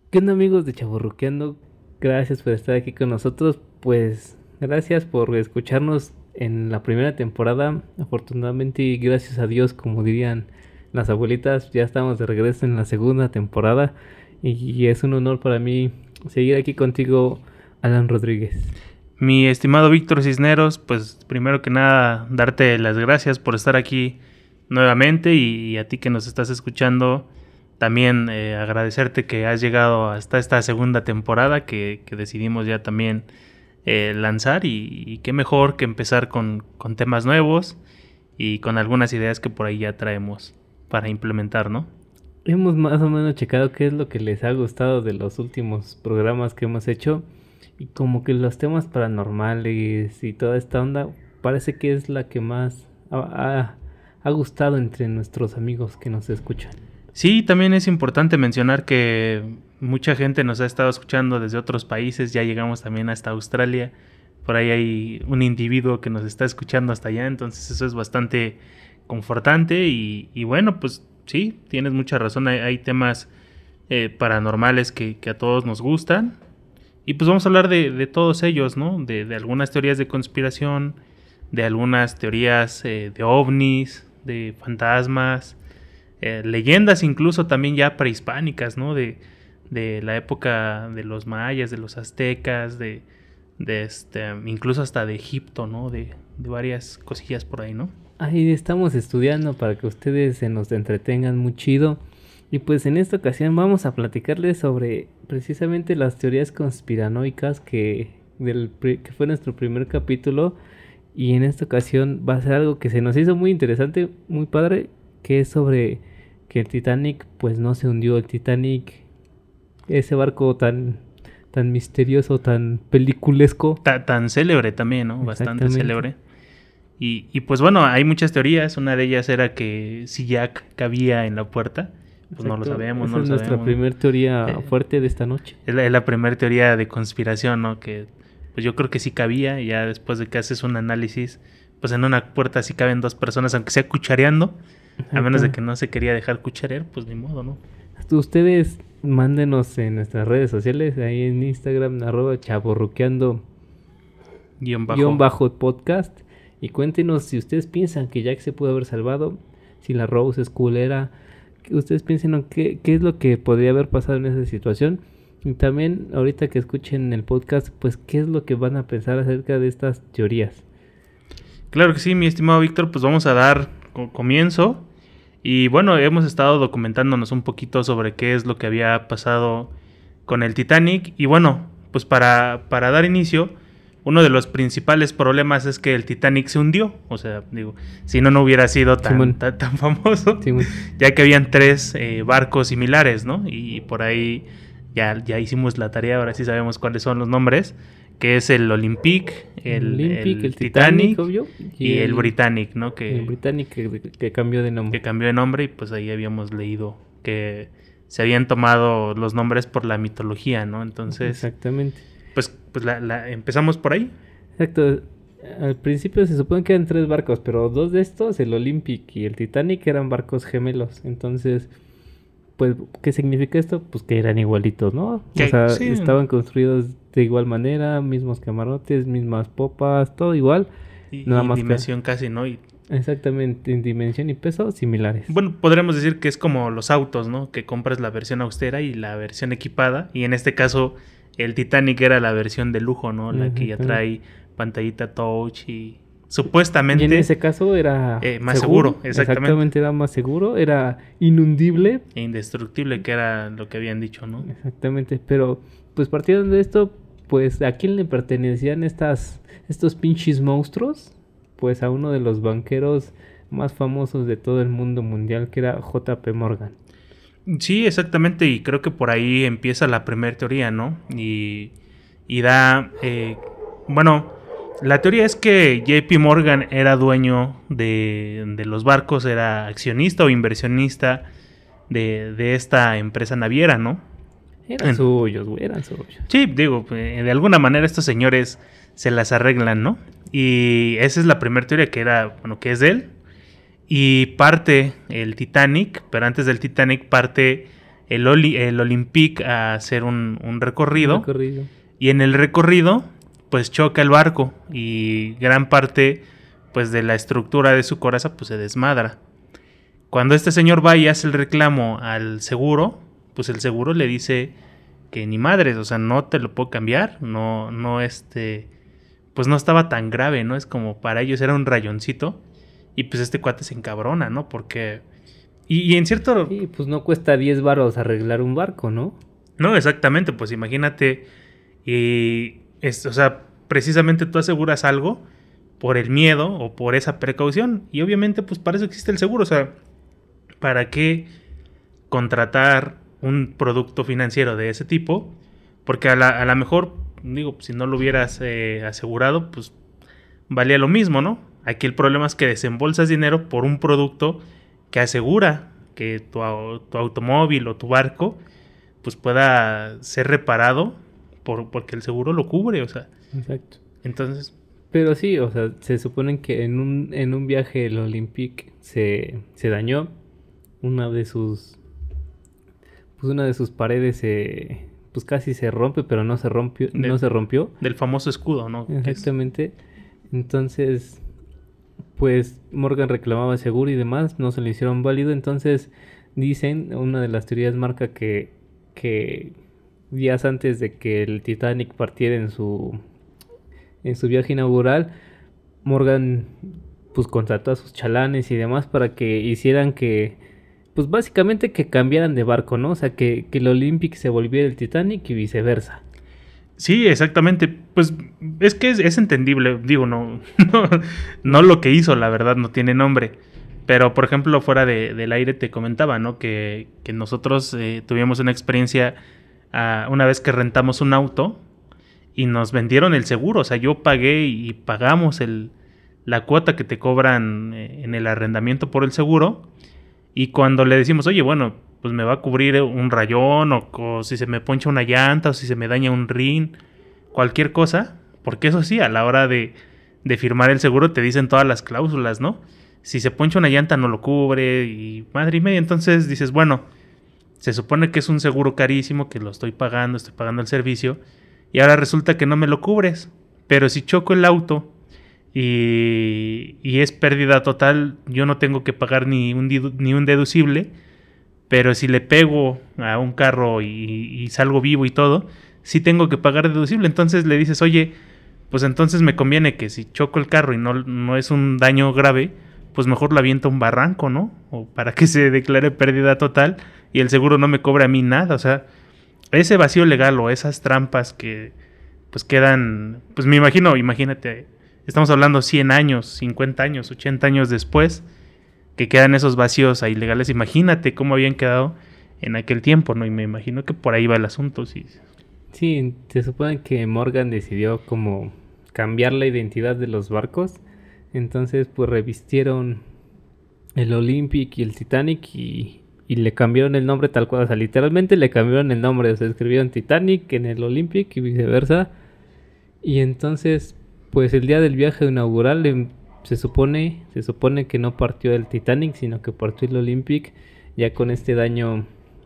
¿Qué onda, amigos de Chavorruqueando? Gracias por estar aquí con nosotros. Pues gracias por escucharnos en la primera temporada. Afortunadamente y gracias a Dios, como dirían las abuelitas, ya estamos de regreso en la segunda temporada. Y es un honor para mí seguir aquí contigo, Alan Rodríguez. Mi estimado Víctor Cisneros, pues primero que nada darte las gracias por estar aquí nuevamente y a ti que nos estás escuchando también agradecerte que has llegado hasta esta segunda temporada que decidimos ya también lanzar y qué mejor que empezar con temas nuevos y con algunas ideas que por ahí ya traemos para implementar, ¿no? Hemos más o menos checado qué es lo que les ha gustado de los últimos programas que hemos hecho. Y como que los temas paranormales y toda esta onda parece que es la que más ha gustado entre nuestros amigos que nos escuchan. Sí, también es importante mencionar que mucha gente nos ha estado escuchando desde otros países, ya llegamos también hasta Australia, por ahí hay un individuo que nos está escuchando hasta allá, entonces eso es bastante confortante y bueno, pues sí, tienes mucha razón, hay temas paranormales que a todos nos gustan y pues vamos a hablar de todos ellos, ¿no? De algunas teorías de conspiración, de algunas teorías de ovnis, de fantasmas, leyendas incluso también ya prehispánicas, ¿no? De la época de los mayas, de los aztecas, incluso hasta de Egipto, ¿no? De varias cosillas por ahí, ¿no? Ahí estamos estudiando para que ustedes se nos entretengan muy chido. Y pues en esta ocasión vamos a platicarles sobre precisamente las teorías conspiranoicas que fue nuestro primer capítulo. Y en esta ocasión va a ser algo que se nos hizo muy interesante, muy padre, que es sobre que el Titanic pues no se hundió. El Titanic, ese barco tan misterioso, tan peliculesco. Tan célebre también, ¿no? Bastante célebre. Y pues bueno, hay muchas teorías. Una de ellas era que si Jack cabía en la puerta. Pues no lo sabemos, Esa es nuestra primera teoría fuerte de esta noche. Es la primera teoría de conspiración, ¿no? Que pues yo creo que sí cabía. Y ya después de que haces un análisis, pues en una puerta sí caben dos personas, aunque sea cuchareando. A menos de que no se quería dejar cucharear, pues ni modo, ¿no? Ustedes mándenos en nuestras redes sociales, ahí en Instagram, @chaborruqueando _podcast. Y cuéntenos si ustedes piensan que Jack se pudo haber salvado, si la Rose es culera. Ustedes piensen qué es lo que podría haber pasado en esa situación. Y también ahorita que escuchen el podcast, pues qué es lo que van a pensar acerca de estas teorías. Claro que sí, mi estimado Víctor, pues vamos a dar comienzo. Y bueno, hemos estado documentándonos un poquito sobre qué es lo que había pasado con el Titanic. Y bueno, pues para dar inicio, uno de los principales problemas es que el Titanic se hundió. O sea, digo, si no hubiera sido tan famoso, ya que habían 3 barcos similares, ¿no? Y por ahí ya hicimos la tarea, ahora sí sabemos cuáles son los nombres, que es el Olympique, el Titanic, obvio, y el Britannic, ¿no? El Britannic que cambió de nombre. Que cambió de nombre y pues ahí habíamos leído que se habían tomado los nombres por la mitología, ¿no? Entonces... Exactamente. Pues empezamos por ahí. Exacto. Al principio se supone que eran 3 barcos, pero 2 de estos, el Olympic y el Titanic, eran barcos gemelos. Entonces, pues, ¿qué significa esto? Pues que eran igualitos, ¿no? O sea, sí, estaban construidos de igual manera, mismos camarotes, mismas popas, todo igual. Nada más dimensión casi, ¿no? Exactamente, en dimensión y peso similares. Bueno, podríamos decir que es como los autos, ¿no? Que compras la versión austera y la versión equipada. Y en este caso, el Titanic era la versión de lujo, ¿no? La que ya trae pantallita touch y supuestamente... Y en ese caso era... más seguro, exactamente. Era más seguro, era inundible. E indestructible, que era lo que habían dicho, ¿no? Exactamente, pero pues partiendo de esto, pues ¿a quién le pertenecían estos pinches monstruos? Pues a uno de los banqueros más famosos de todo el mundo mundial, que era JP Morgan. Sí, exactamente, y creo que por ahí empieza la primera teoría, ¿no? Y da... bueno, la teoría es que JP Morgan era dueño de los barcos, era accionista o inversionista de esta empresa naviera, ¿no? Eran suyos, güey, eran suyos. Sí, digo, de alguna manera estos señores se las arreglan, ¿no? Y esa es la primera teoría, que es de él. Y parte el Titanic, pero antes del Titanic parte el Olympique a hacer un recorrido. Un recorrido. Y en el recorrido, pues choca el barco y gran parte, pues, de la estructura de su coraza, pues, se desmadra. Cuando este señor va y hace el reclamo al seguro, pues el seguro le dice que ni madres, o sea, no te lo puedo cambiar, pues no estaba tan grave, ¿no? Es como para ellos era un rayoncito y pues este cuate se encabrona, ¿no? Porque... Y en cierto... Sí, pues no cuesta 10 varos arreglar un barco, ¿no? No, exactamente, pues imagínate, o sea, precisamente tú aseguras algo por el miedo o por esa precaución y obviamente pues para eso existe el seguro, o sea, ¿para qué contratar un producto financiero de ese tipo? Porque a la mejor, digo, si no lo hubieras asegurado, pues valía lo mismo, ¿no? Aquí el problema es que desembolsas dinero por un producto que asegura que tu automóvil o tu barco pues pueda ser reparado porque el seguro lo cubre, o sea. Exacto. Entonces... Pero sí, o sea, se supone que en un viaje el Olympique se dañó. Una de sus paredes pues casi se rompe, pero no se rompió. Del famoso escudo, ¿no? Exactamente. Entonces, pues Morgan reclamaba seguro y demás, no se le hicieron válido. Entonces, dicen, una de las teorías marca que días antes de que el Titanic partiera en su viaje inaugural, Morgan pues contrató a sus chalanes y demás para que hicieran pues básicamente que cambiaran de barco, ¿no? O sea, que el Olympic se volviera el Titanic y viceversa. Sí, exactamente. Pues es que es entendible. Digo, no lo que hizo, la verdad, no tiene nombre. Pero, por ejemplo, fuera del aire te comentaba, ¿no? Que nosotros tuvimos una experiencia una vez que rentamos un auto y nos vendieron el seguro. O sea, yo pagué y pagamos la cuota que te cobran en el arrendamiento por el seguro. Y cuando le decimos, oye, bueno, pues me va a cubrir un rayón o si se me poncha una llanta o si se me daña un rin, cualquier cosa. Porque eso sí, a la hora de firmar el seguro te dicen todas las cláusulas, ¿no? Si se poncha una llanta no lo cubre y madre y media. Entonces dices, bueno, se supone que es un seguro carísimo que lo estoy pagando el servicio y ahora resulta que no me lo cubres. Pero si choco el auto y es pérdida total, yo no tengo que pagar ni un deducible, pero si le pego a un carro y salgo vivo y todo, sí tengo que pagar deducible. Entonces le dices, oye, pues entonces me conviene que si choco el carro y no es un daño grave, pues mejor lo aviento a un barranco, ¿no? O para que se declare pérdida total y el seguro no me cobre a mí nada. O sea, ese vacío legal o esas trampas que pues quedan, pues imagínate, estamos hablando 100 años, 50 años, 80 años después, que quedan esos vacíos ahí legales. Imagínate cómo habían quedado en aquel tiempo, ¿no? Y me imagino que por ahí va el asunto, sí. Sí, se supone que Morgan decidió como cambiar la identidad de los barcos. Entonces, pues revistieron el Olympic y el Titanic y le cambiaron el nombre tal cual. O sea, literalmente le cambiaron el nombre. O sea, escribieron Titanic en el Olympic y viceversa. Y entonces, pues el día del viaje inaugural se supone que no partió el Titanic, sino que partió el Olympic ya con este daño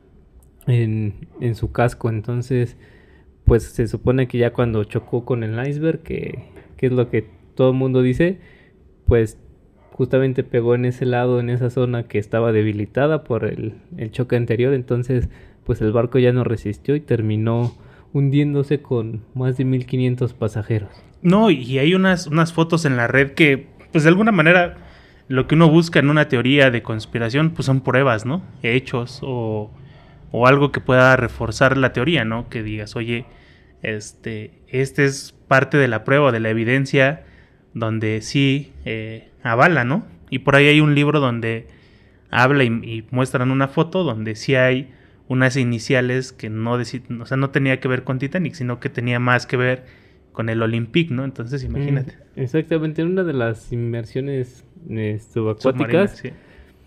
en su casco. Entonces, pues se supone que ya cuando chocó con el iceberg, que es lo que todo el mundo dice, pues justamente pegó en ese lado, en esa zona que estaba debilitada por el choque anterior. Entonces, pues el barco ya no resistió y terminó hundiéndose con más de 1500 pasajeros. No, y hay unas fotos en la red que, pues de alguna manera, lo que uno busca en una teoría de conspiración, pues son pruebas, ¿no? Hechos o algo que pueda reforzar la teoría, ¿no? Que digas, oye, este es parte de la prueba, de la evidencia, donde sí avala, ¿no? Y por ahí hay un libro donde habla y muestran una foto donde sí hay unas iniciales que no tenía que ver con Titanic, sino que tenía más que ver con el Olympic, ¿no? Entonces imagínate. Exactamente, en una de las inmersiones subacuáticas, sí.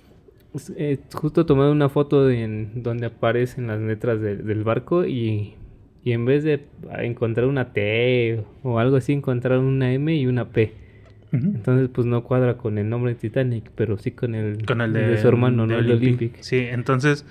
Justo tomé una foto donde aparecen las letras del barco y en vez de encontrar una T o algo así, encontraron una M y una P. Uh-huh. Entonces pues no cuadra con el nombre de Titanic, pero sí con el de su hermano, ¿no? El Olympic. Sí, entonces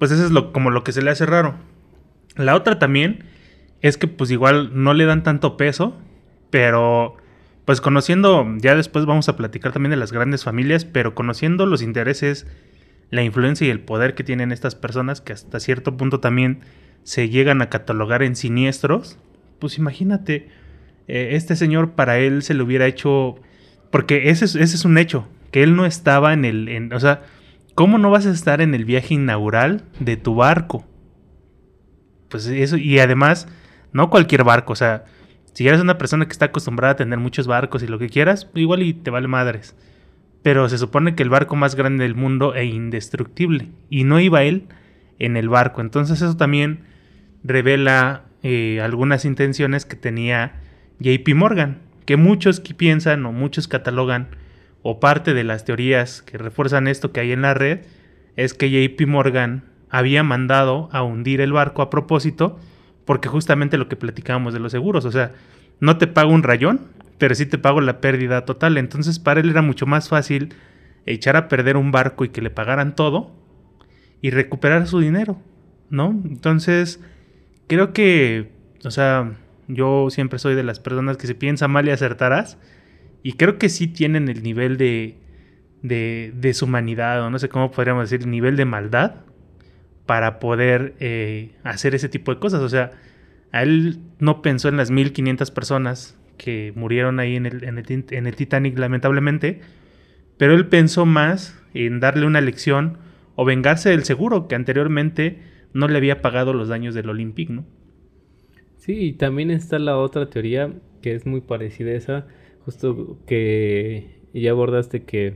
pues eso es como lo que se le hace raro. La otra también es que pues igual no le dan tanto peso, pero pues conociendo, ya después vamos a platicar también de las grandes familias, pero conociendo los intereses, la influencia y el poder que tienen estas personas, que hasta cierto punto también se llegan a catalogar en siniestros, pues imagínate, este señor, para él se le hubiera hecho, porque ese es un hecho, que él no estaba o sea, ¿cómo no vas a estar en el viaje inaugural de tu barco? Pues eso, y además, no cualquier barco, o sea, si eres una persona que está acostumbrada a tener muchos barcos y lo que quieras, igual y te vale madres. Pero se supone que el barco más grande del mundo e indestructible, y no iba él en el barco. Entonces eso también revela algunas intenciones que tenía JP Morgan, que muchos piensan o muchos catalogan, o parte de las teorías que refuerzan esto que hay en la red, es que JP Morgan había mandado a hundir el barco a propósito, porque justamente lo que platicábamos de los seguros, o sea, no te pago un rayón, pero sí te pago la pérdida total. Entonces para él era mucho más fácil echar a perder un barco y que le pagaran todo y recuperar su dinero, ¿no? Entonces creo que, o sea, yo siempre soy de las personas que se piensa mal y acertarás, y creo que sí tienen el nivel de deshumanidad, o no sé cómo podríamos decir, el nivel de maldad para poder hacer ese tipo de cosas. O sea, a él no pensó en las 1500 personas que murieron ahí en el Titanic, lamentablemente, pero él pensó más en darle una lección o vengarse del seguro que anteriormente no le había pagado los daños del Olympic, ¿no? Sí, y también está la otra teoría que es muy parecida a esa, justo que ya abordaste, que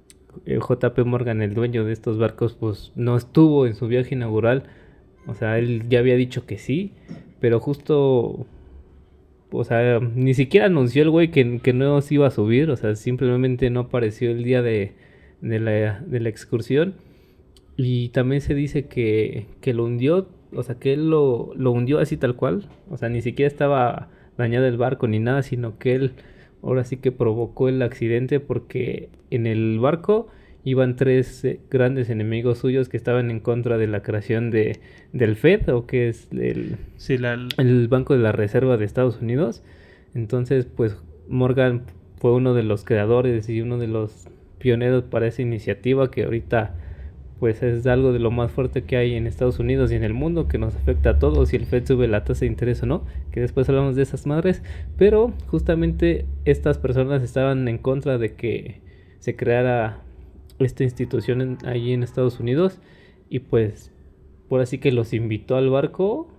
JP Morgan, el dueño de estos barcos, pues no estuvo en su viaje inaugural. O sea, él ya había dicho que sí, pero justo, o sea, ni siquiera anunció el güey que no se iba a subir. O sea, simplemente no apareció el día de la excursión. Y también se dice que lo hundió, o sea, que él lo hundió así tal cual. O sea, ni siquiera estaba dañado el barco ni nada, sino que él ahora sí que provocó el accidente, porque en el barco iban tres grandes enemigos suyos que estaban en contra de la creación del Fed, o que es Sí, el Banco de la Reserva de Estados Unidos. Entonces, pues Morgan fue uno de los creadores y uno de los pioneros para esa iniciativa, que ahorita pues es algo de lo más fuerte que hay en Estados Unidos y en el mundo, que nos afecta a todos, si el Fed sube la tasa de interés o no, que después hablamos de esas madres. Pero justamente estas personas estaban en contra de que se creara esta institución ahí en Estados Unidos, y pues por así que los invitó al barco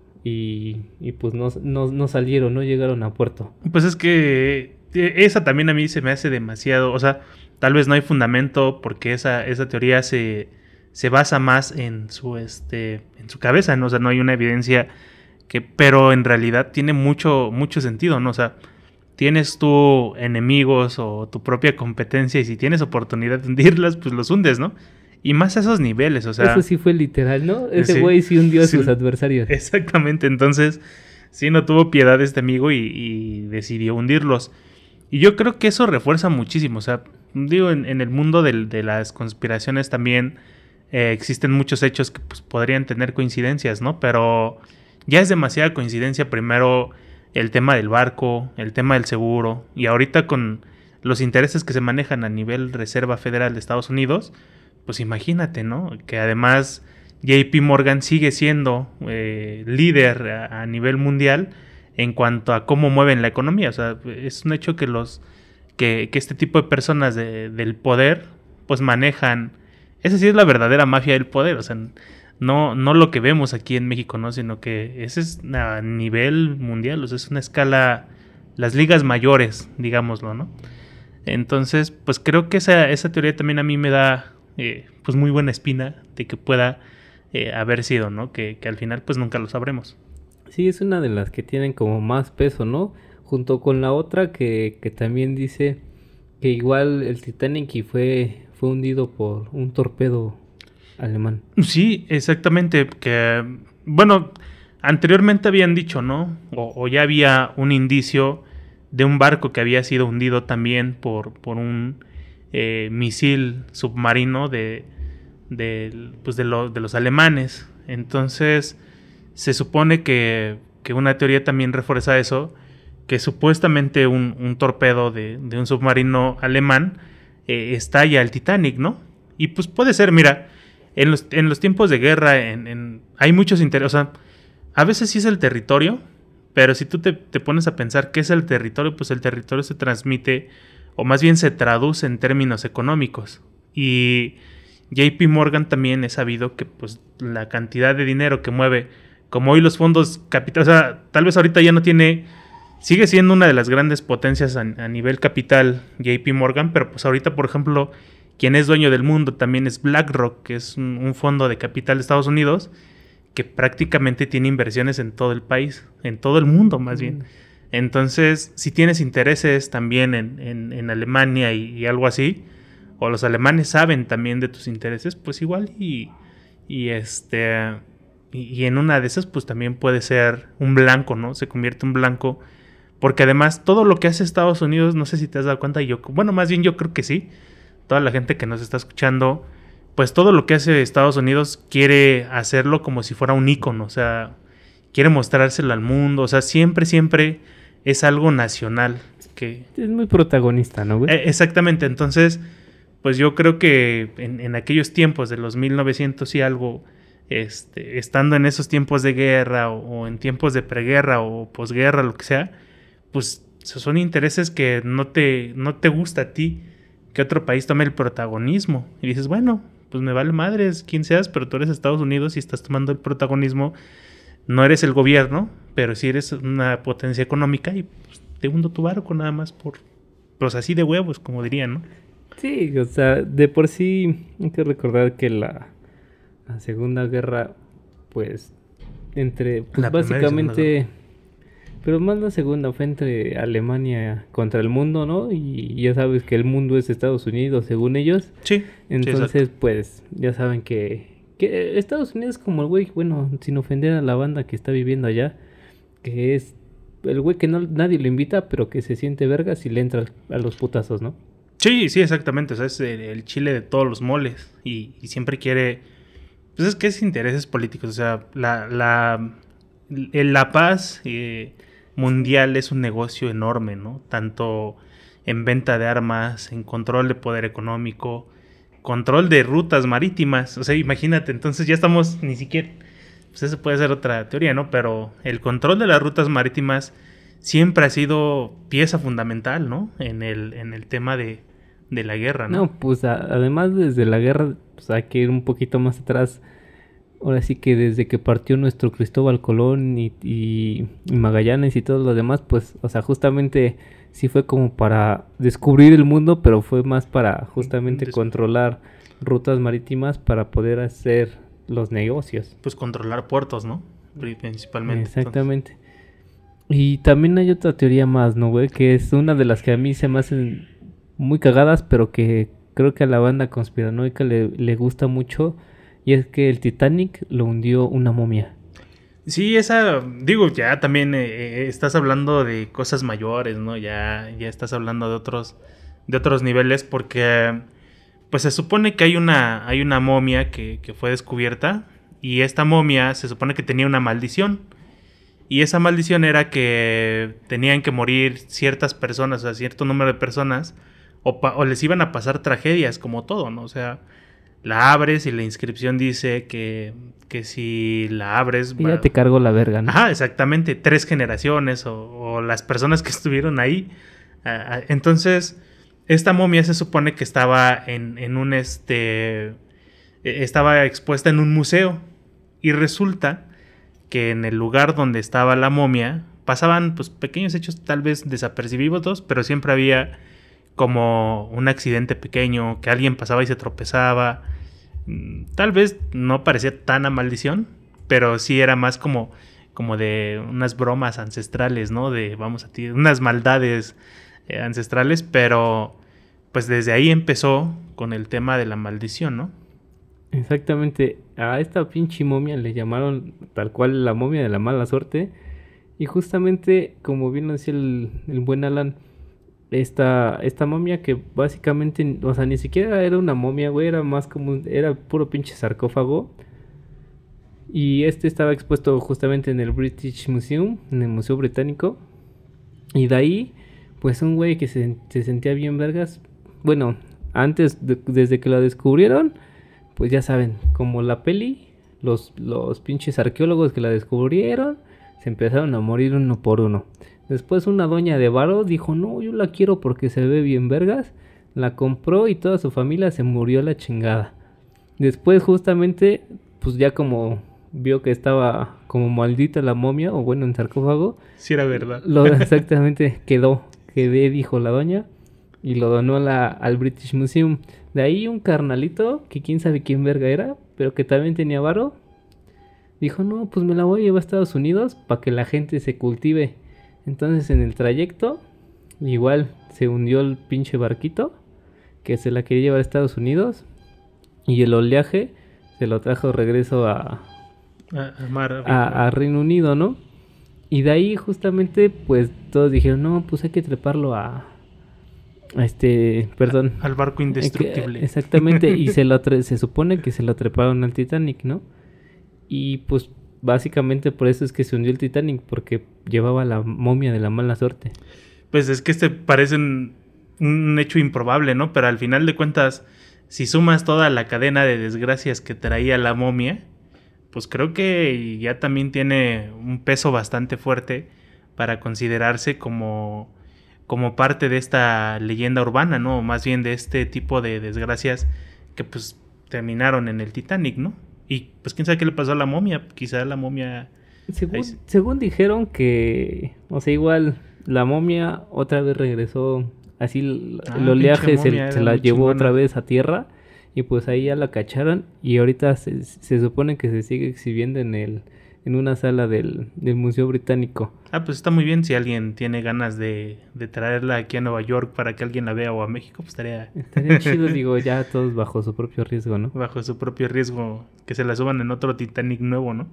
y pues no salieron, no llegaron a puerto. pues es que esa también a mí se me hace demasiado, o sea, tal vez no hay fundamento porque esa teoría se basa más en su cabeza, ¿no? O sea, no hay una evidencia pero en realidad tiene mucho sentido, ¿no? O sea, tienes tú enemigos o tu propia competencia, y si tienes oportunidad de hundirlas, pues los hundes, ¿no? Y más a esos niveles, o sea... Eso sí fue literal, ¿no? Ese sí, güey sí hundió a sus sí, adversarios. Exactamente, entonces sí no tuvo piedad de este amigo y decidió hundirlos. Y yo creo que eso refuerza muchísimo, o sea, digo, en el mundo de las conspiraciones también existen muchos hechos que pues podrían tener coincidencias, ¿no? Pero ya es demasiada coincidencia, primero el tema del barco, el tema del seguro, y ahorita con los intereses que se manejan a nivel Reserva Federal de Estados Unidos, pues imagínate, ¿no? Que además JP Morgan sigue siendo líder a nivel mundial en cuanto a cómo mueven la economía. O sea, es un hecho que este tipo de personas del poder pues manejan. Esa sí es la verdadera mafia del poder. O sea, no lo que vemos aquí en México, ¿no? Sino que ese es a nivel mundial. O sea, es una escala, las ligas mayores, digámoslo, ¿no? Entonces, pues creo que esa teoría también a mí me da pues muy buena espina de que pueda haber sido, ¿no? Que al final pues nunca lo sabremos. Sí, es una de las que tienen como más peso, ¿no? Junto con la otra que también dice que igual el Titanic y fue hundido por un torpedo alemán. Sí, exactamente. Que, bueno, anteriormente habían dicho, ¿no? O ya había un indicio de un barco que había sido hundido también por un misil submarino de los alemanes. Entonces se supone que una teoría también refuerza eso, que supuestamente un torpedo de un submarino alemán estalla el Titanic, ¿no? Y pues puede ser, mira, en los tiempos de guerra hay muchos intereses, o sea, a veces sí es el territorio, pero si tú te pones a pensar qué es el territorio, pues el territorio se transmite, o más bien se traduce en términos económicos. Y JP Morgan también es sabido que pues la cantidad de dinero que mueve, como hoy los fondos capitales, o sea, tal vez ahorita ya no tiene, sigue siendo una de las grandes potencias a nivel capital JP Morgan, pero pues ahorita, por ejemplo, quien es dueño del mundo también es BlackRock, que es un fondo de capital de Estados Unidos, que prácticamente tiene inversiones en todo el país, en todo el mundo más bien. Entonces, si tienes intereses también en Alemania y algo así, o los alemanes saben también de tus intereses, pues igual y en una de esas pues también puede ser un blanco, ¿no? Se convierte en blanco, porque además todo lo que hace Estados Unidos, no sé si te has dado cuenta, bueno, más bien yo creo que sí, toda la gente que nos está escuchando, pues todo lo que hace Estados Unidos quiere hacerlo como si fuera un ícono, o sea, quiere mostrárselo al mundo, o sea, siempre es algo nacional. Que es muy protagonista, ¿no, güey? Exactamente, entonces, pues yo creo que en aquellos tiempos de los 1900 y algo, estando en esos tiempos de guerra o en tiempos de preguerra o posguerra, lo que sea, pues son intereses que no te gusta a ti que otro país tome el protagonismo. Y dices, bueno, pues me vale madres quién seas, pero tú eres Estados Unidos y estás tomando el protagonismo. No eres el gobierno, pero sí eres una potencia económica y pues, te hundo tu barco nada más pues así de huevos, como dirían, ¿no? Sí, o sea, de por sí hay que recordar que la Segunda Guerra, pues, La básicamente, pero más la segunda fue entre Alemania contra el mundo, ¿no? Y ya sabes que el mundo es Estados Unidos, según ellos. Sí. Entonces, sí, pues, ya saben que Estados Unidos es como el güey, bueno, sin ofender a la banda que está viviendo allá, que es el güey que nadie lo invita, pero que se siente vergas y le entra a los putazos, ¿no? Sí, Exactamente. O sea, es el chile de todos los moles. Y siempre quiere. Pues es que es intereses políticos. O sea, la paz mundial es un negocio enorme, ¿no? Tanto en venta de armas, en control de poder económico, control de rutas marítimas. O sea, imagínate, entonces ya estamos ni siquiera. Pues eso puede ser otra teoría, ¿no? Pero el control de las rutas marítimas siempre ha sido pieza fundamental, ¿no? En el tema de la guerra, ¿no? No, pues además desde la guerra, pues hay que ir un poquito más atrás. Ahora sí que desde que partió nuestro Cristóbal Colón y Magallanes y todos los demás, pues, o sea, justamente sí fue como para descubrir el mundo, pero fue más para justamente controlar rutas marítimas para poder hacer los negocios. Pues controlar puertos, ¿no? Principalmente. Exactamente. Entonces. Y también hay otra teoría más, ¿no, güey? Que es una de las que a mí se me hacen muy cagadas, pero que creo que a la banda conspiranoica le gusta mucho. Y es que el Titanic lo hundió una momia. Sí, digo, ya también estás hablando de cosas mayores, ¿no? Ya estás hablando de otros niveles, porque pues se supone que hay una momia que fue descubierta, y esta momia se supone que tenía una maldición. Y esa maldición era que tenían que morir ciertas personas, o sea, cierto número de personas, o les iban a pasar tragedias, como todo, ¿no? O sea, la abres y la inscripción dice que si la abres... Ya te cargo la verga, ¿no? Ajá, exactamente, 3 generaciones o las personas que estuvieron ahí. Entonces, esta momia se supone que estaba estaba expuesta en un museo, y resulta que en el lugar donde estaba la momia pasaban pues pequeños hechos tal vez desapercibidos, pero siempre había como un accidente pequeño, que alguien pasaba y se tropezaba. Tal vez no parecía tan a maldición, pero sí era más como de unas bromas ancestrales, ¿no? De vamos a ti, unas maldades ancestrales, pero pues desde ahí empezó con el tema de la maldición, ¿no? Exactamente, a esta pinche momia le llamaron tal cual la momia de la mala suerte. Y justamente, como bien lo decía el buen Alan, esta momia que básicamente, o sea, ni siquiera era una momia, güey, era más como, era puro pinche sarcófago. Y este estaba expuesto justamente en el British Museum, en el Museo Británico. Y de ahí, pues un güey que se sentía bien vergas. Bueno, desde que lo descubrieron, pues ya saben, como la peli, los pinches arqueólogos que la descubrieron, se empezaron a morir uno por uno. Después una doña de varo dijo, no, yo la quiero porque se ve bien vergas. La compró y toda su familia se murió a la chingada. Después justamente, pues ya como vio que estaba como maldita la momia, o bueno, en sarcófago. Sí, era verdad. Exactamente quedé, dijo la doña, y lo donó al British Museum. De ahí un carnalito, que quién sabe quién verga era, pero que también tenía varo, dijo, no, pues me la voy a llevar a Estados Unidos para que la gente se cultive. Entonces en el trayecto, igual se hundió el pinche barquito, que se la quería llevar a Estados Unidos, y el oleaje se lo trajo regreso a Reino Unido, ¿no? Y de ahí justamente pues todos dijeron, no, pues hay que treparlo perdón. Al barco indestructible. Exactamente, y se supone que se lo treparon al Titanic, ¿no? Y pues básicamente por eso es que se hundió el Titanic, porque llevaba la momia de la mala suerte. Pues es que parece un hecho improbable, ¿no? Pero al final de cuentas, si sumas toda la cadena de desgracias que traía la momia, pues creo que ya también tiene un peso bastante fuerte para considerarse como parte de esta leyenda urbana, ¿no? O más bien de este tipo de desgracias que pues terminaron en el Titanic, ¿no? Y pues quién sabe qué le pasó a la momia. Quizá la momia... Según dijeron que... O sea, igual la momia otra vez regresó. Así el oleaje se la llevó otra vez a tierra. Y pues ahí ya la cacharon. Y ahorita se supone que se sigue exhibiendo en una sala del Museo Británico. Ah, pues está muy bien. Si alguien tiene ganas de traerla aquí a Nueva York para que alguien la vea, o a México, pues estaría chido, digo, ya todos bajo su propio riesgo, ¿no? Bajo su propio riesgo, que se la suban en otro Titanic nuevo, ¿no?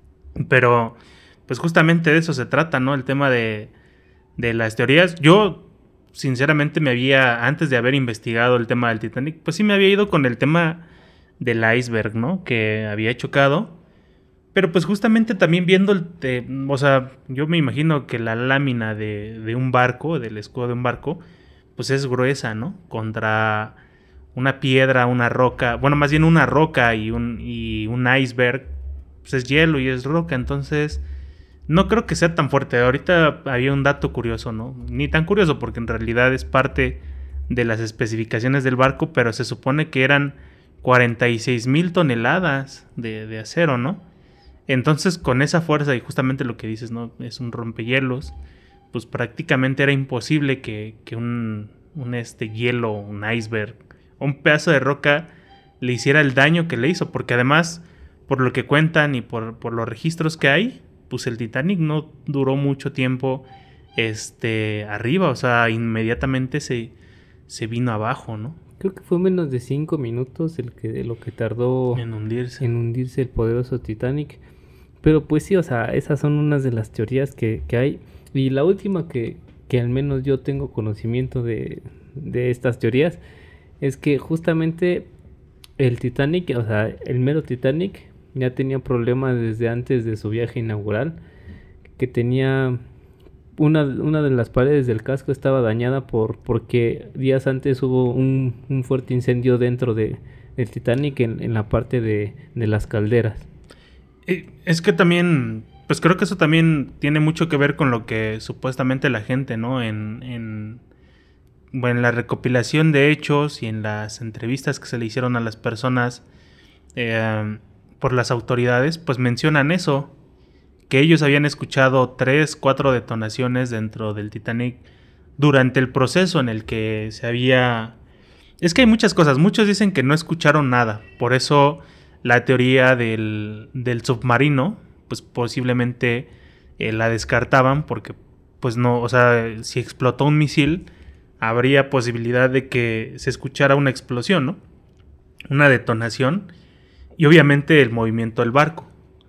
Pero pues justamente de eso se trata, ¿no? El tema de las teorías. Yo sinceramente antes de haber investigado el tema del Titanic, pues sí me había ido con el tema del iceberg, ¿no? Que había chocado. Pero pues justamente también viendo o sea, yo me imagino que la lámina de un barco, del escudo de un barco, pues es gruesa, ¿no? Contra una piedra, una roca, bueno, más bien una roca y un iceberg, pues es hielo y es roca, entonces no creo que sea tan fuerte. Ahorita había un dato curioso, ¿no? Ni tan curioso porque en realidad es parte de las especificaciones del barco, pero se supone que eran 46,000 toneladas de acero, ¿no? Entonces con esa fuerza y justamente lo que dices, ¿no? Es un rompehielos, pues prácticamente era imposible que un hielo, un iceberg o un pedazo de roca le hiciera el daño que le hizo, porque además, por lo que cuentan y por los registros que hay, pues el Titanic no duró mucho tiempo arriba, o sea, inmediatamente se vino abajo, ¿no? Creo que fue menos de 5 minutos lo que tardó en hundirse el poderoso Titanic. Pero pues sí, o sea, esas son unas de las teorías que hay. Y la última que al menos yo tengo conocimiento de estas teorías es que justamente el Titanic, o sea, el mero Titanic ya tenía problemas desde antes de su viaje inaugural, que tenía una de las paredes del casco estaba dañada porque días antes hubo un fuerte incendio dentro del Titanic en la parte de las calderas. Es que también, pues creo que eso también tiene mucho que ver con lo que supuestamente la gente, ¿no? En la recopilación de hechos y en las entrevistas que se le hicieron a las personas por las autoridades, pues mencionan eso, que ellos habían escuchado 3, 4 detonaciones dentro del Titanic durante el proceso en el que se había... Es que hay muchas cosas, muchos dicen que no escucharon nada, por eso la teoría del submarino, pues posiblemente la descartaban porque, pues no, o sea, si explotó un misil, habría posibilidad de que se escuchara una explosión, ¿no? Una detonación y obviamente el movimiento del barco.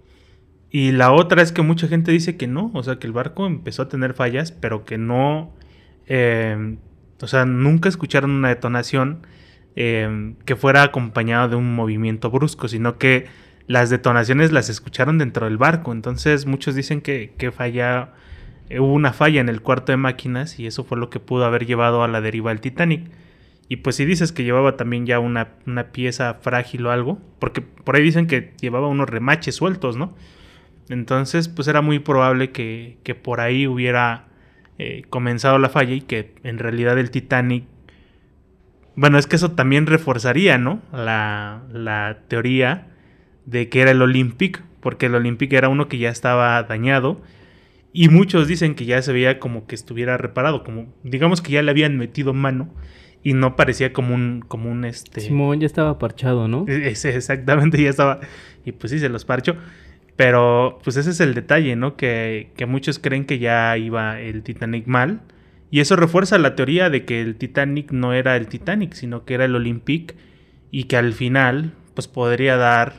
Y la otra es que mucha gente dice que no, o sea, que el barco empezó a tener fallas, pero que no O sea, nunca escucharon una detonación que fuera acompañada de un movimiento brusco, sino que las detonaciones las escucharon dentro del barco. Entonces muchos dicen que hubo una falla en el cuarto de máquinas y eso fue lo que pudo haber llevado a la deriva del Titanic. Y pues si dices que llevaba también ya una pieza frágil o algo, porque por ahí dicen que llevaba unos remaches sueltos, ¿no? Entonces pues era muy probable que por ahí hubiera comenzado la falla y que en realidad el Titanic... Bueno, es que eso también reforzaría, ¿no? La teoría de que era el Olympic, porque el Olympic era uno que ya estaba dañado y muchos dicen que ya se veía como que estuviera reparado, como digamos que ya le habían metido mano y no parecía como un Simón ya estaba parchado, ¿no? Exactamente, ya estaba, y pues sí, se los parchó. Pero pues ese es el detalle, ¿no? Que muchos creen que ya iba el Titanic mal. Y eso refuerza la teoría de que el Titanic no era el Titanic, sino que era el Olympic. Y que al final, pues podría dar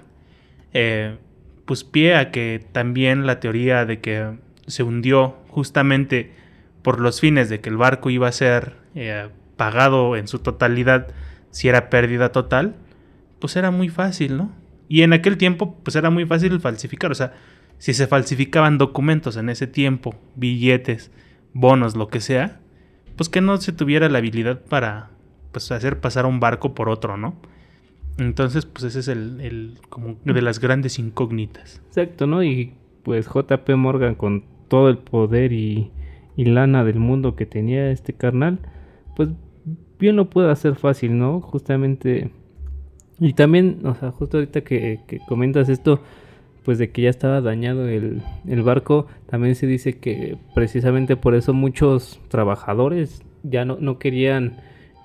pues pie a que también la teoría de que se hundió justamente por los fines de que el barco iba a ser pagado en su totalidad si era pérdida total, pues era muy fácil, ¿no? Y en aquel tiempo, pues era muy fácil falsificar. O sea, si se falsificaban documentos en ese tiempo, billetes, bonos, lo que sea, pues que no se tuviera la habilidad para pues hacer pasar un barco por otro, ¿no? Entonces, pues ese es el como de las grandes incógnitas. Exacto, ¿no? Y pues JP Morgan con todo el poder y lana del mundo que tenía este carnal, pues bien lo puede hacer fácil, ¿no? Justamente... Y también, o sea, justo ahorita que comentas esto, pues de que ya estaba dañado el barco, también se dice que precisamente por eso muchos trabajadores ya no querían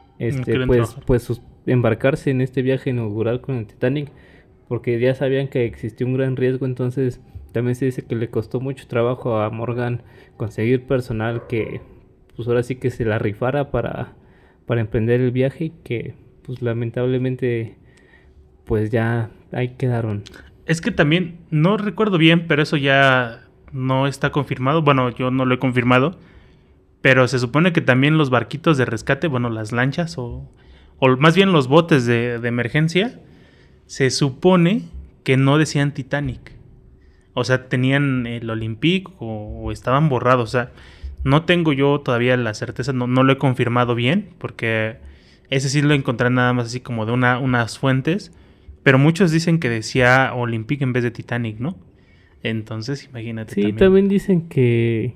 embarcarse en este viaje inaugural con el Titanic, porque ya sabían que existía un gran riesgo. Entonces también se dice que le costó mucho trabajo a Morgan conseguir personal que pues ahora sí que se la rifara para emprender el viaje, y que pues lamentablemente pues ya ahí quedaron. Es que también, no recuerdo bien, pero eso ya no está confirmado. Bueno, yo no lo he confirmado, pero se supone que también los barquitos de rescate, bueno, las lanchas o más bien los botes de emergencia, se supone que no decían Titanic. O sea, tenían el Olympic o estaban borrados. O sea, no tengo yo todavía la certeza, no lo he confirmado bien, porque ese sí lo encontré nada más así como de unas fuentes. Pero muchos dicen que decía Olympic en vez de Titanic, ¿no? Entonces, imagínate. Sí, también dicen que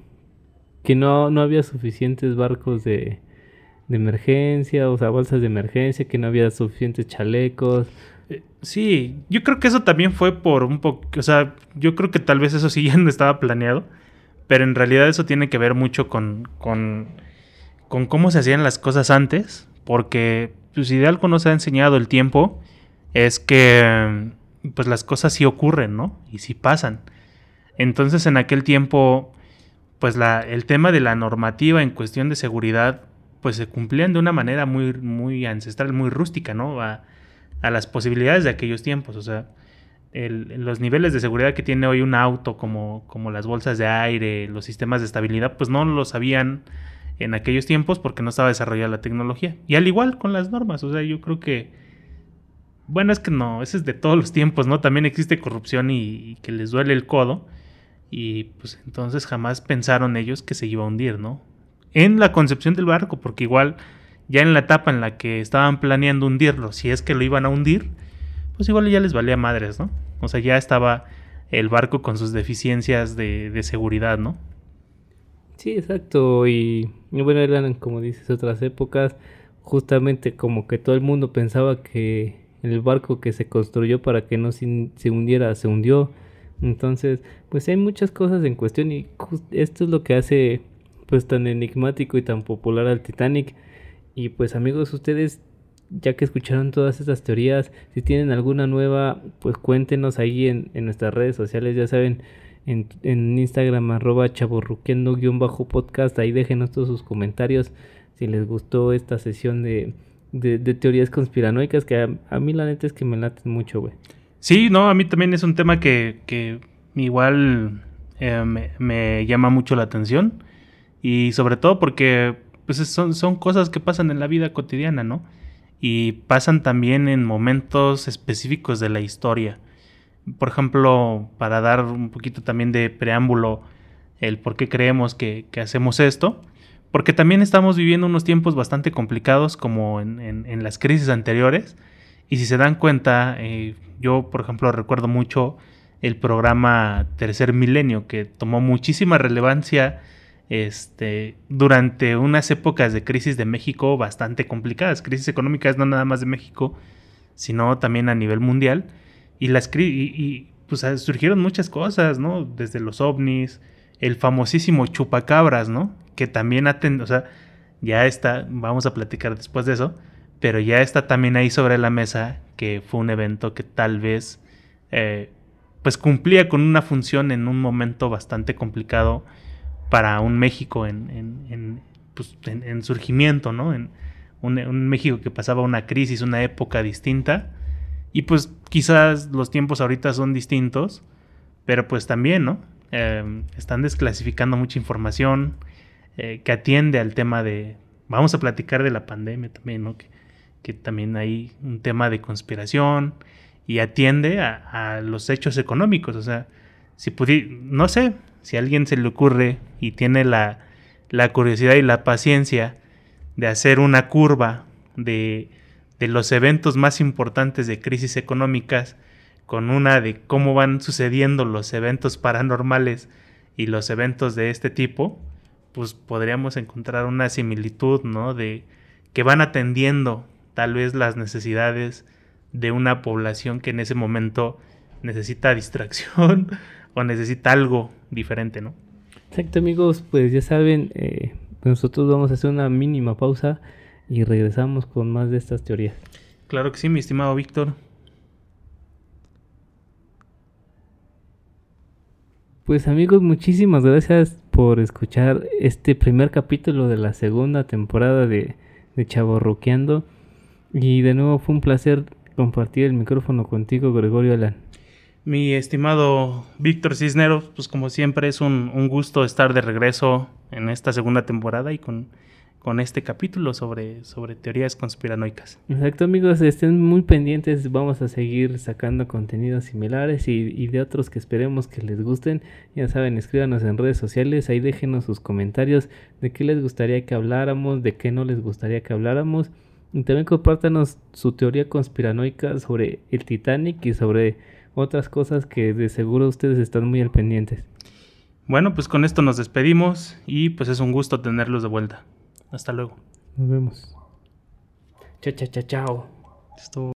no había suficientes barcos de emergencia, o sea, bolsas de emergencia, que no había suficientes chalecos. Sí, yo creo que eso también fue por un poco, o sea, yo creo que tal vez eso sí ya no estaba planeado, pero en realidad eso tiene que ver mucho con cómo se hacían las cosas antes, porque pues, si de algo nos ha enseñado el tiempo, es que pues las cosas sí ocurren, ¿no? Y sí pasan. Entonces en aquel tiempo, pues el tema de la normativa en cuestión de seguridad, pues se cumplían de una manera muy, muy ancestral, muy rústica, ¿no? A las posibilidades de aquellos tiempos. O sea, los niveles de seguridad que tiene hoy un auto, como las bolsas de aire, los sistemas de estabilidad, pues no lo sabían en aquellos tiempos porque no estaba desarrollada la tecnología. Y al igual con las normas, o sea, yo creo que bueno, es que no, ese es de todos los tiempos, ¿no? También existe corrupción y que les duele el codo. Y pues entonces jamás pensaron ellos que se iba a hundir, ¿no? En la concepción del barco, porque igual ya en la etapa en la que estaban planeando hundirlo, si es que lo iban a hundir, pues igual ya les valía madres, ¿no? O sea, ya estaba el barco con sus deficiencias de seguridad, ¿no? Sí, exacto. Y bueno, eran, como dices, otras épocas. Justamente como que todo el mundo pensaba que el barco que se construyó para que no se hundiera, se hundió. Entonces, pues hay muchas cosas en cuestión, y esto es lo que hace pues tan enigmático y tan popular al Titanic. Y pues amigos, ustedes, ya que escucharon todas estas teorías, si tienen alguna nueva, pues cuéntenos ahí en nuestras redes sociales, ya saben, en Instagram @chaborruqueando_podcast, ahí déjenos todos sus comentarios si les gustó esta sesión de teorías conspiranoicas, que a mí la neta es que me laten mucho, güey. Sí, no, a mí también es un tema que igual me llama mucho la atención, y sobre todo porque pues son cosas que pasan en la vida cotidiana, ¿no? Y pasan también en momentos específicos de la historia. Por ejemplo, para dar un poquito también de preámbulo, el por qué creemos que hacemos esto, porque también estamos viviendo unos tiempos bastante complicados como en las crisis anteriores, y si se dan cuenta, yo por ejemplo recuerdo mucho el programa Tercer Milenio, que tomó muchísima relevancia durante unas épocas de crisis de México bastante complicadas, crisis económicas no nada más de México, sino también a nivel mundial, pues surgieron muchas cosas, ¿no? Desde los ovnis, el famosísimo chupacabras, ¿no? Que también o sea, ya está, vamos a platicar después de eso, pero ya está también ahí sobre la mesa que fue un evento que tal vez pues cumplía con una función en un momento bastante complicado para un México en surgimiento, ¿no? En un México que pasaba una crisis, una época distinta, y pues quizás los tiempos ahorita son distintos, pero pues también, ¿no? Están desclasificando mucha información que atiende al tema de... Vamos a platicar de la pandemia también, ¿no? Que también hay un tema de conspiración y atiende a los hechos económicos. O sea, no sé, si a alguien se le ocurre y tiene la curiosidad y la paciencia de hacer una curva de los eventos más importantes de crisis económicas, con una de cómo van sucediendo los eventos paranormales y los eventos de este tipo, pues podríamos encontrar una similitud, ¿no? De que van atendiendo tal vez las necesidades de una población que en ese momento necesita distracción o necesita algo diferente, ¿no? Exacto, amigos, pues ya saben, nosotros vamos a hacer una mínima pausa y regresamos con más de estas teorías. Claro que sí, mi estimado Víctor. Pues amigos, muchísimas gracias por escuchar este primer capítulo de la segunda temporada de Chavorruqueando. Y de nuevo fue un placer compartir el micrófono contigo, Gregorio Alan. Mi estimado Víctor Cisneros, pues como siempre es un gusto estar de regreso en esta segunda temporada y con este capítulo sobre teorías conspiranoicas. Exacto, amigos, estén muy pendientes, vamos a seguir sacando contenidos similares y de otros que esperemos que les gusten. Ya saben, escríbanos en redes sociales, ahí déjenos sus comentarios de qué les gustaría que habláramos, de qué no les gustaría que habláramos. Y también compártanos su teoría conspiranoica sobre el Titanic y sobre otras cosas que de seguro ustedes están muy al pendientes. Bueno, pues con esto nos despedimos y pues es un gusto tenerlos de vuelta. Hasta luego. Nos vemos. Chao. Esto...